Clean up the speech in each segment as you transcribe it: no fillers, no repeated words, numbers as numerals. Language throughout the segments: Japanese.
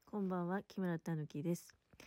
こんばんは、木村たぬきです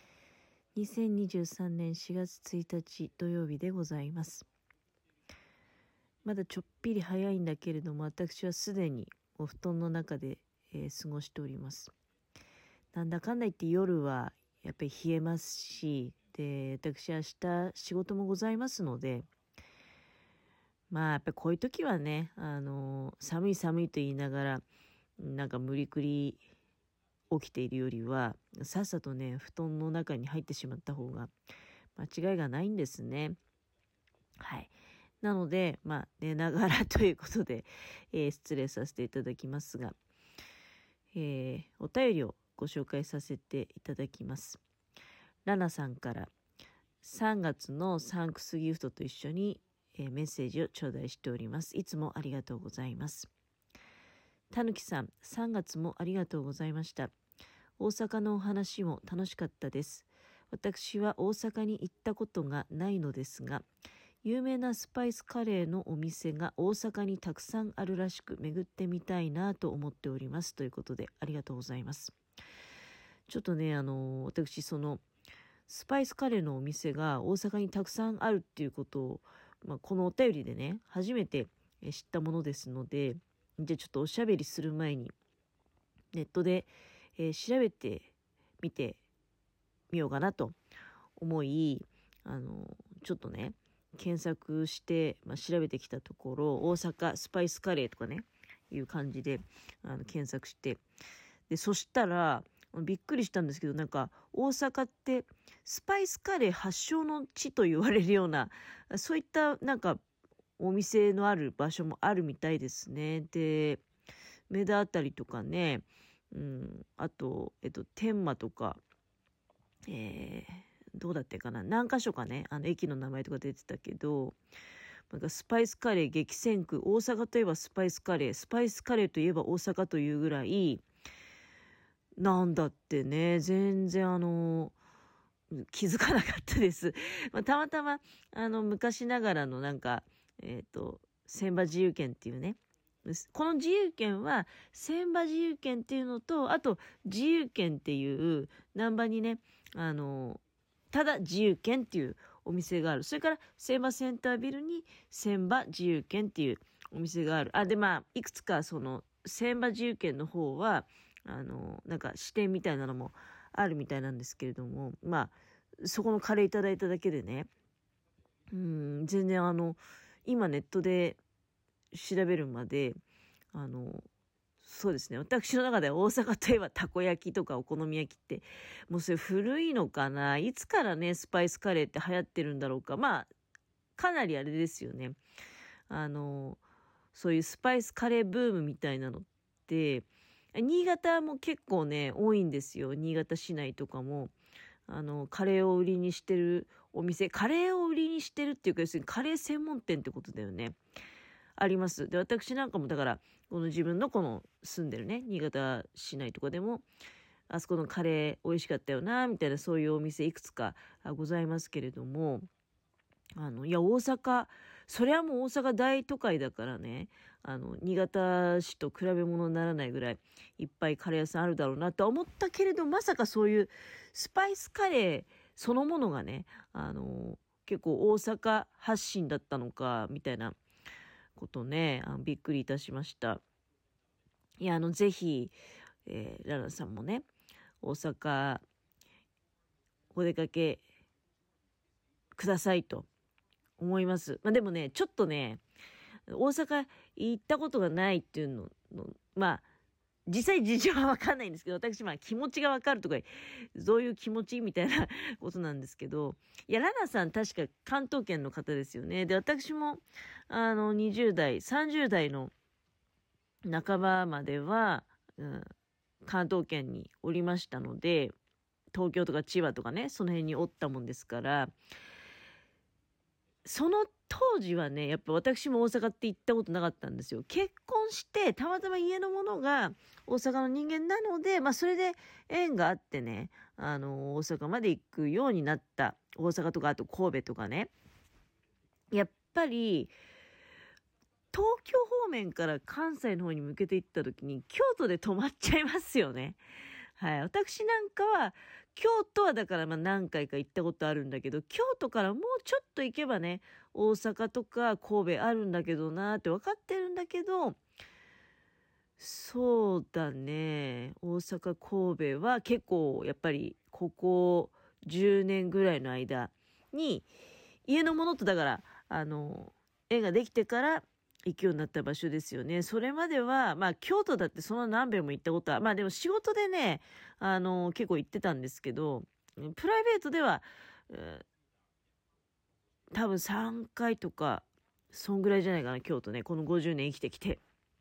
。2023年4月1日土曜日でございます。まだちょっぴり早いんだけれども、私はすでにお布団の中で、過ごしております。なんだかんだ言って夜はやっぱり冷えますし、で、私は明日仕事もございますので、やっぱりこういう時はね、寒い寒いと言いながら、なんか無理くり起きているよりは、さっさとね、布団の中に入ってしまった方が間違いがないんですね。はい。なので、寝ながらということで、失礼させていただきますが、お便りをご紹介させていただきます。ラナさんから3月のサンクスギフトと一緒に、メッセージを頂戴しております。いつもありがとうございます。たぬきさん、3月もありがとうございました。大阪のお話も楽しかったです。私は大阪に行ったことがないのですが、有名なスパイスカレーのお店が大阪にたくさんあるらしく巡ってみたいなと思っておりますということでありがとうございます。ちょっとね、私そのスパイスカレーのお店が大阪にたくさんあるっていうことを、このお便りでね初めて知ったものですので、じゃあちょっとおしゃべりする前にネットで、調べてみてみようかなと思い、ちょっとね検索して、調べてきたところ、大阪スパイスカレーとかねいう感じで検索して、でそしたらびっくりしたんですけど、なんか大阪ってスパイスカレー発祥の地と言われるような、そういったなんかお店のある場所もあるみたいですね。で、梅田あたりとかね、あと天満とか、どうだったかな、何か所かね駅の名前とか出てたけど、なんかスパイスカレー激戦区、大阪といえばスパイスカレー、スパイスカレーといえば大阪というぐらいなんだってね、全然気づかなかったです。たまたま昔ながらのなんか千葉自由軒っていうね、この自由軒は千葉自由軒っていうのと、あと自由軒っていう難波にねただ自由軒っていうお店がある。それから千葉センタービルに千葉自由軒っていうお店がある。でいくつかその千葉自由軒の方はなんか支店みたいなのもあるみたいなんですけれども、そこのカレーいただいただけでね、全然今ネットで調べるまでそうですね、私の中では大阪といえばたこ焼きとかお好み焼きってもうそれ古いのかな、いつからねスパイスカレーって流行ってるんだろうか。かなりあれですよね、そういうスパイスカレーブームみたいなのって新潟も結構ね多いんですよ。新潟市内とかもカレーを売りにしてるお店、カレーを売りにしてるっていうか、要するにカレー専門店ってことだよね、あります。で、私なんかもだからこの自分のこの住んでるね新潟市内とかでもあそこのカレー美味しかったよなみたいな、そういうお店いくつかございますけれども、いや大阪、それはもう大阪大都会だからね、新潟市と比べ物にならないぐらいいっぱいカレー屋さんあるだろうなとは思ったけれど、まさかそういうスパイスカレーそのものがね結構大阪発信だったのかみたいなことね、びっくりいたしました。いやぜひ、ララさんもね大阪お出かけくださいと思います。でもねちょっとね大阪行ったことがないっていうの実際事情はわかんないんですけど、私気持ちがわかるとかどういう気持ちみたいなことなんですけど、いやラナさん確か関東圏の方ですよね。で私も20代30代の半ばまでは、関東圏におりましたので、東京とか千葉とかねその辺におったもんですから、その当時はねやっぱ私も大阪って行ったことなかったんですよ。結婚してたまたま家の者が大阪の人間なので、それで縁があってね大阪まで行くようになった。大阪とかあと神戸とかね、やっぱり東京方面から関西の方に向けて行った時に京都で止まっちゃいますよね。 はい。私なんかは、京都はだからまあ何回か行ったことあるんだけど、京都からもうちょっと行けばね、大阪とか神戸あるんだけどなーって分かってるんだけど、そうだね。大阪、神戸は結構やっぱりここ10年ぐらいの間に家のものとだから、縁ができてから行くようになった場所ですよね。それまでは、まあ京都だってその何遍も行ったことは、まあでも仕事でね、結構行ってたんですけど、プライベートでは、多分3回とか、そんぐらいじゃないかな、京都ね。この50年生きてきて。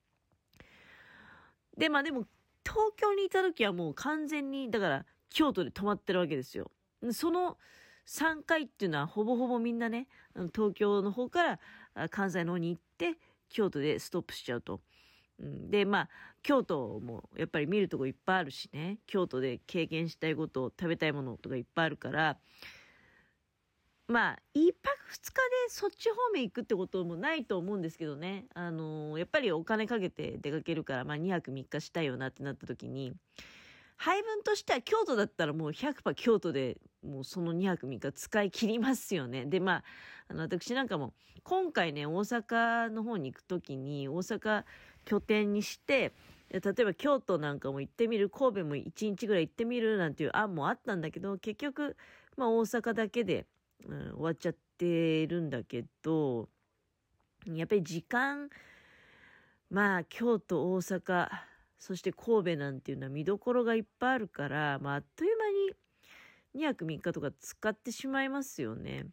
で、まあでも、東京にいた時はもう完全に、だから京都で泊まってるわけですよ。その3回っていうのはほぼほぼみんなね、東京の方から関西の方に行って、京都でストップしちゃうと。で、まあ、京都もやっぱり見るとこいっぱいあるしね、京都で経験したいこと、食べたいものとかいっぱいあるから、まあ、一泊二日でそっち方面行くってこともないと思うんですけどね。やっぱりお金かけて出かけるから、まあ2泊3日したいよなってなった時に、配分としては京都だったらもう100%京都でもうその2泊3日使い切りますよね。で、まあ、私なんかも今回ね、大阪の方に行く時に大阪拠点にして、例えば京都なんかも行ってみる、神戸も1日ぐらい行ってみるなんていう案もあったんだけど、結局、まあ大阪だけで、終わっちゃってるんだけど、やっぱり時間、まあ京都、大阪、そして神戸なんていうのは見どころがいっぱいあるから、まあ、あっという間に2泊3日とか使ってしまいますよね。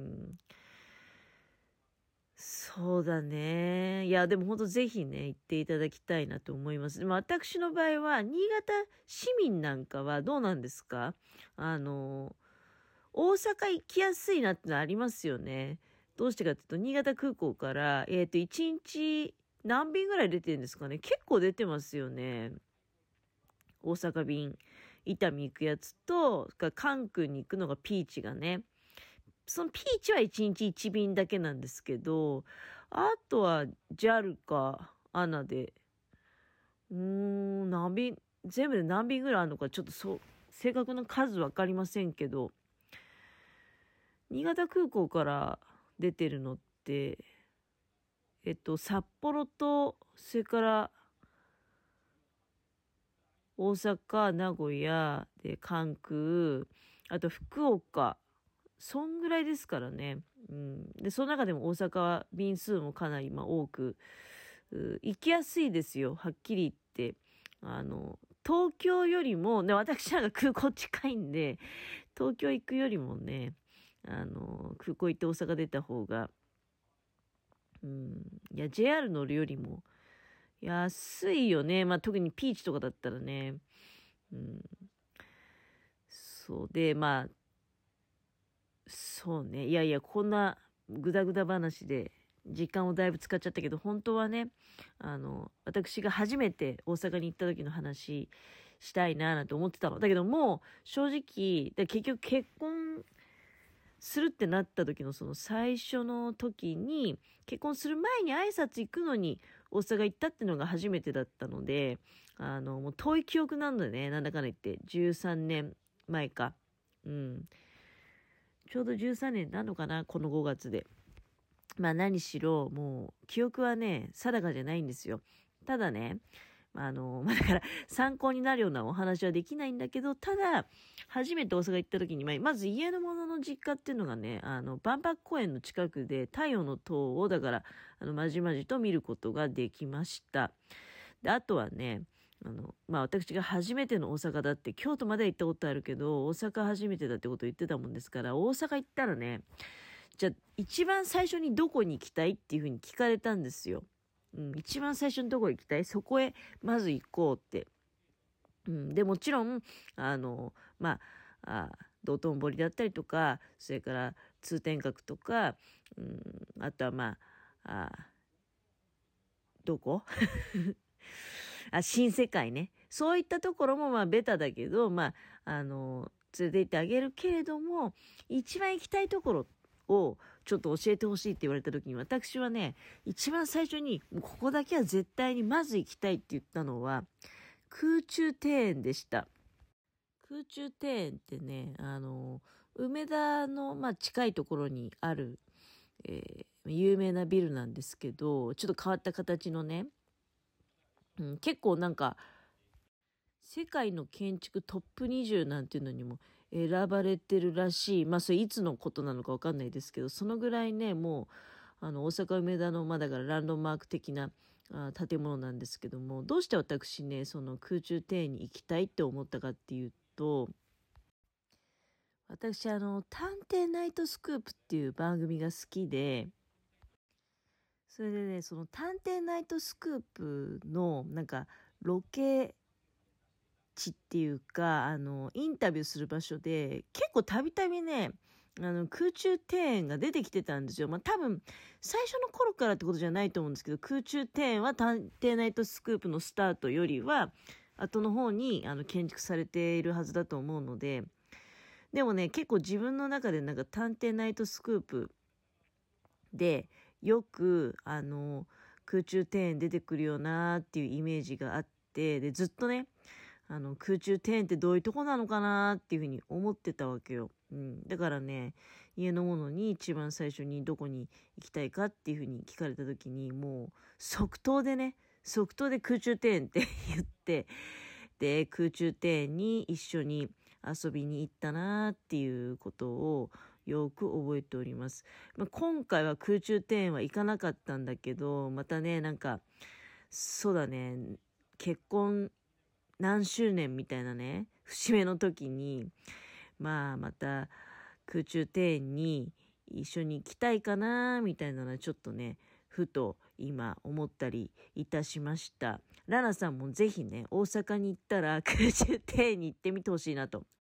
そうだね。いや、でも本当ぜひね、行っていただきたいなと思います。でも私の場合は、新潟市民なんかはどうなんですか？大阪行きやすいなってのはありますよね。どうしてかっていうと、新潟空港から、1日何便ぐらい出てるんですかね。結構出てますよね。大阪便、伊丹行くやつと、関空に行くのがピーチがね。そのピーチは1日1便だけなんですけど、あとは JAL か ANA で、何便、全部で何便ぐらいあるのか、ちょっと正確な数わかりませんけど、新潟空港から出てるのって、札幌と、それから大阪、名古屋で関空、あと福岡、そんぐらいですからね。で、その中でも大阪は便数もかなり多く、行きやすいですよ、はっきり言って。東京よりも、ね、私なんか空港近いんで、東京行くよりもね、空港行って大阪出た方が、いや、JR 乗るよりも安いよね。まあ、特にピーチとかだったらね。そうで、まあ、そうね。いやいや、こんなグダグダ話で時間をだいぶ使っちゃったけど、本当はね、私が初めて大阪に行った時の話したいななんて思ってたの。だけどもう、正直、結局結婚するってなった時のその最初の時に、結婚する前に挨拶行くのに大阪行ったっていうのが初めてだったので、もう遠い記憶なのでね、なんだかんだ言って13年前か。ちょうど13年なのかな、この5月で。まあ何しろ、もう記憶はね、定かじゃないんですよ。ただね、まあだから参考になるようなお話はできないんだけど、ただ、初めて大阪行った時に、まず家の者の実家っていうのがね、万博公園の近くで太陽の塔を、だから、まじまじと見ることができました。で、あとはね、まあ私が初めての大阪だって、京都までは行ったことあるけど、大阪初めてだってことを言ってたもんですから、大阪行ったらね、じゃあ一番最初にどこに行きたいっていうふうに聞かれたんですよ。一番最初にどこ行きたい？そこへまず行こうって。で、もちろん、まあ、道頓堀だったりとか、それから通天閣とか、あとはまあ、どこ新世界ね。そういったところもまあベタだけど、まあ、連れて行ってあげるけれども、一番行きたいところをちょっと教えてほしいって言われた時に、私はね、一番最初にここだけは絶対にまず行きたいって言ったのは空中庭園でした。 空中庭園ってね、梅田の、近いところにある、有名なビルなんですけど、ちょっと変わった形のね、結構なんか、世界の建築トップ20なんていうのにも選ばれてるらしい。それいつのことなのかわかんないですけど、そのぐらいね、もう、大阪梅田の、だからランドマーク的な建物なんですけども、どうして私ね、その空中庭園に行きたいって思ったかっていうと、私、探偵ナイトスクープっていう番組が好きで、それでね、その探偵ナイトスクープの、ロケ地っていうか、インタビューする場所で、結構たびたびね、空中庭園が出てきてたんですよ。多分、最初の頃からってことじゃないと思うんですけど、空中庭園は探偵ナイトスクープのスタートよりは、後の方に建築されているはずだと思うので、でもね、結構自分の中で探偵ナイトスクープで、よく、空中庭園出てくるよなっていうイメージがあって、で、ずっとね、空中庭園ってどういうとこなのかなっていうふうに思ってたわけよ。だからね、家のものに一番最初にどこに行きたいかっていうふうに聞かれた時に、もう即答で空中庭園って言って、で、空中庭園に一緒に遊びに行ったなっていうことをよく覚えております。今回は空中庭園は行かなかったんだけど、またね、そうだね、結婚何周年みたいなね、節目の時に、また空中庭園に一緒に行きたいかな、みたいなのはちょっとね、ふと今思ったりいたしました。ラナさんもぜひね、大阪に行ったら空中庭園に行ってみてほしいなと